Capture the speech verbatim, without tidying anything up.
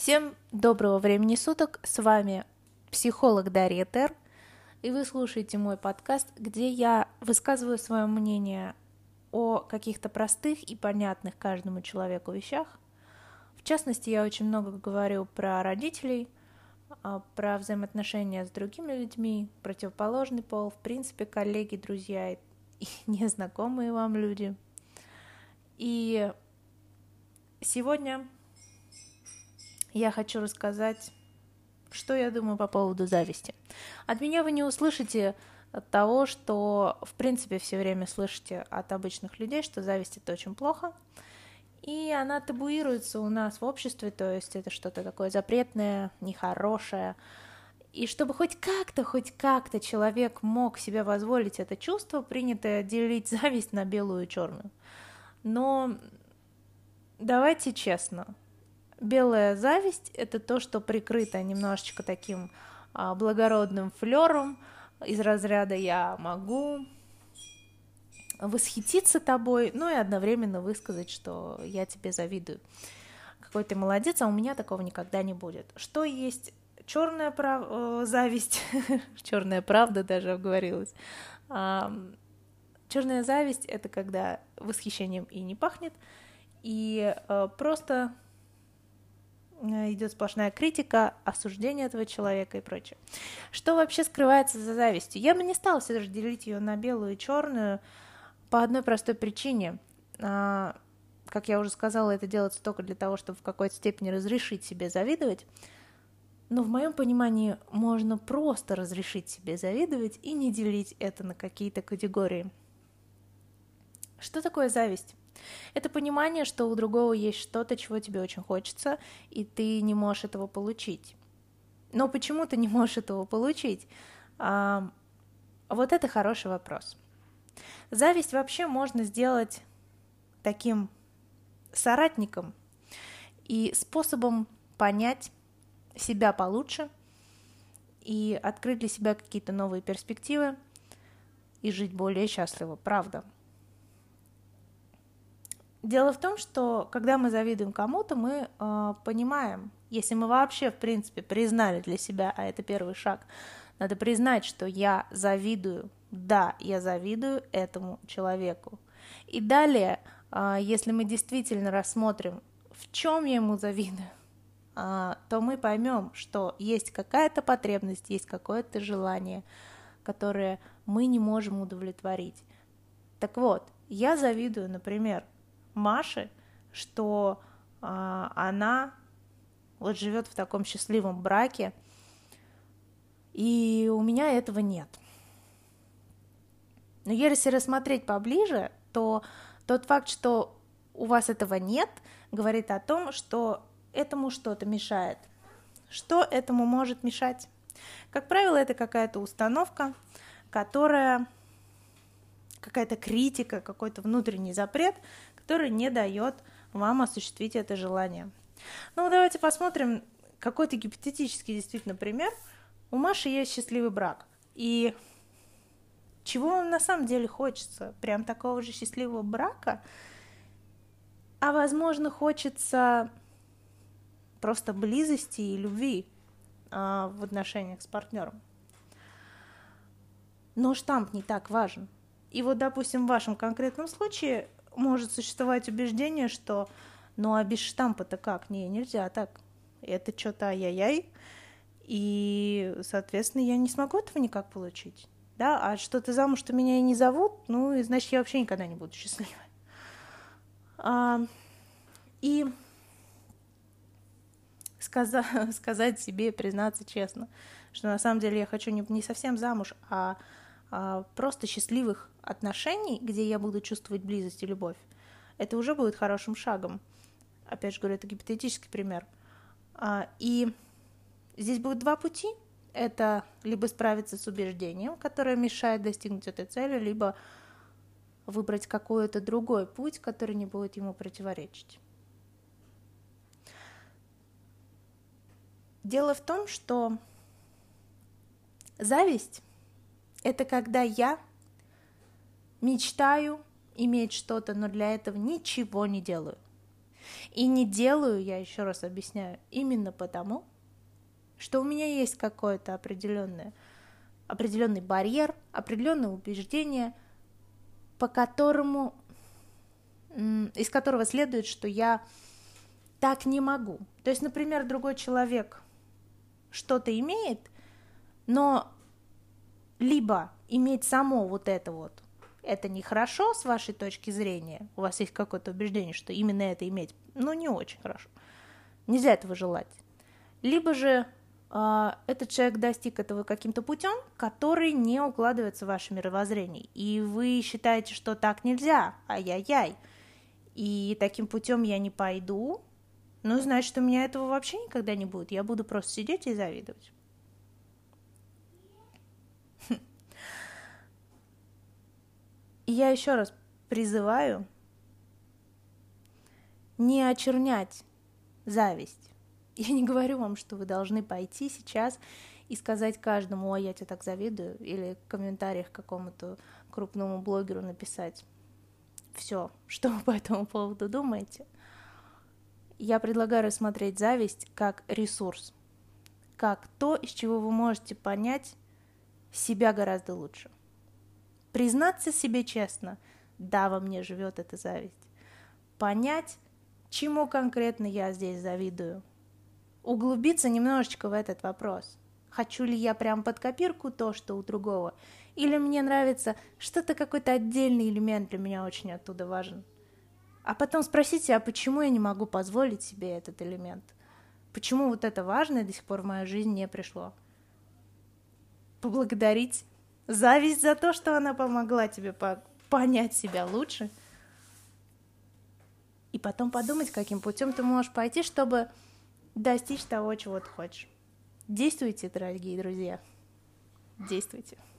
Всем доброго времени суток, с вами психолог Дарья Тер, и вы слушаете мой подкаст, где я высказываю свое мнение о каких-то простых и понятных каждому человеку вещах. В частности, я очень много говорю про родителей, про взаимоотношения с другими людьми, противоположный пол, в принципе, коллеги, друзья и незнакомые вам люди. И сегодня я хочу рассказать, что я думаю по поводу зависти. От меня вы не услышите того, что, в принципе, все время слышите от обычных людей, что зависть — это очень плохо, и она табуируется у нас в обществе, то есть это что-то такое запретное, нехорошее. И чтобы хоть как-то, хоть как-то человек мог себе позволить это чувство, принято делить зависть на белую и черную. Но давайте честно. Белая зависть — это то, что прикрыто немножечко таким а, благородным флером из разряда «я могу восхититься тобой», ну и одновременно высказать, что я тебе завидую. Какой ты молодец, а у меня такого никогда не будет. Что есть черная прав... зависть, черная правда даже обговорилась. А, черная зависть — это когда восхищением и не пахнет, и а, просто идет сплошная критика, осуждение этого человека и прочее. Что вообще скрывается за завистью? Я бы не стала все же делить ее на белую и черную по одной простой причине. Как я уже сказала, это делается только для того, чтобы в какой-то степени разрешить себе завидовать. Но в моем понимании можно просто разрешить себе завидовать и не делить это на какие-то категории. Что такое зависть? Это понимание, что у другого есть что-то, чего тебе очень хочется, и ты не можешь этого получить. Но почему ты не можешь этого получить? А, вот это хороший вопрос. Зависть вообще можно сделать таким соратником и способом понять себя получше и открыть для себя какие-то новые перспективы и жить более счастливо, правда. Дело в том, что когда мы завидуем кому-то, мы э, понимаем, если мы вообще, в принципе, признали для себя, а это первый шаг, надо признать, что я завидую, да, я завидую этому человеку. И далее, э, если мы действительно рассмотрим, в чем я ему завидую, э, то мы поймем, что есть какая-то потребность, есть какое-то желание, которое мы не можем удовлетворить. Так вот, я завидую, например, Маше, что э, она вот живет в таком счастливом браке, и у меня этого нет. Но если рассмотреть поближе, то тот факт, что у вас этого нет, говорит о том, что этому что-то мешает. Что этому может мешать? Как правило, это какая-то установка, которая, какая-то критика, какой-то внутренний запрет, который не дает вам осуществить это желание. Ну, давайте посмотрим какой-то гипотетический действительно пример. У Маши есть счастливый брак. И чего вам на самом деле хочется? Прям такого же счастливого брака? А, возможно, хочется просто близости и любви а, в отношениях с партнером. Но штамп не так важен. И вот, допустим, в вашем конкретном случае может существовать убеждение, что ну а без штампа-то как? Не, нельзя так. Это что-то ай-яй-яй, и, соответственно, я не смогу этого никак получить. Да, а что-то замуж, что меня и не зовут, ну, и значит, я вообще никогда не буду счастливой. А, и сказа- сказать себе, признаться честно, что на самом деле я хочу не, не совсем замуж, а просто счастливых отношений, где я буду чувствовать близость и любовь, это уже будет хорошим шагом. Опять же говорю, это гипотетический пример. И здесь будет два пути. Это либо справиться с убеждением, которое мешает достигнуть этой цели, либо выбрать какой-то другой путь, который не будет ему противоречить. Дело в том, что зависть — это когда я мечтаю иметь что-то, но для этого ничего не делаю. И не делаю, я еще раз объясняю, именно потому, что у меня есть какое-то определенное, определенный барьер, определенное убеждение, по которому, из которого следует, что я так не могу. То есть, например, другой человек что-то имеет, но либо иметь само вот это вот, это нехорошо с вашей точки зрения, у вас есть какое-то убеждение, что именно это иметь, ну, не очень хорошо, нельзя этого желать. Либо же э, этот человек достиг этого каким-то путем, который не укладывается в ваше мировоззрение, и вы считаете, что так нельзя, ай-яй-яй, и таким путем я не пойду, ну, значит, у меня этого вообще никогда не будет, я буду просто сидеть и завидовать. И я еще раз призываю не очернять зависть. Я не говорю вам, что вы должны пойти сейчас и сказать каждому: ой, я тебе так завидую, или в комментариях какому-то крупному блогеру написать все, что вы по этому поводу думаете. Я предлагаю рассмотреть зависть как ресурс, как то, из чего вы можете понять себя гораздо лучше. Признаться себе честно: да, во мне живет эта зависть. Понять, чему конкретно я здесь завидую. Углубиться немножечко в этот вопрос. Хочу ли я прям под копирку то, что у другого? Или мне нравится что-то, какой-то отдельный элемент для меня очень оттуда важен? А потом спросите, а почему я не могу позволить себе этот элемент? Почему вот это важное до сих пор в мою жизнь не пришло? Поблагодарить зависть за то, что она помогла тебе по- понять себя лучше. И потом подумать, каким путем ты можешь пойти, чтобы достичь того, чего ты хочешь. Действуйте, дорогие друзья. Действуйте.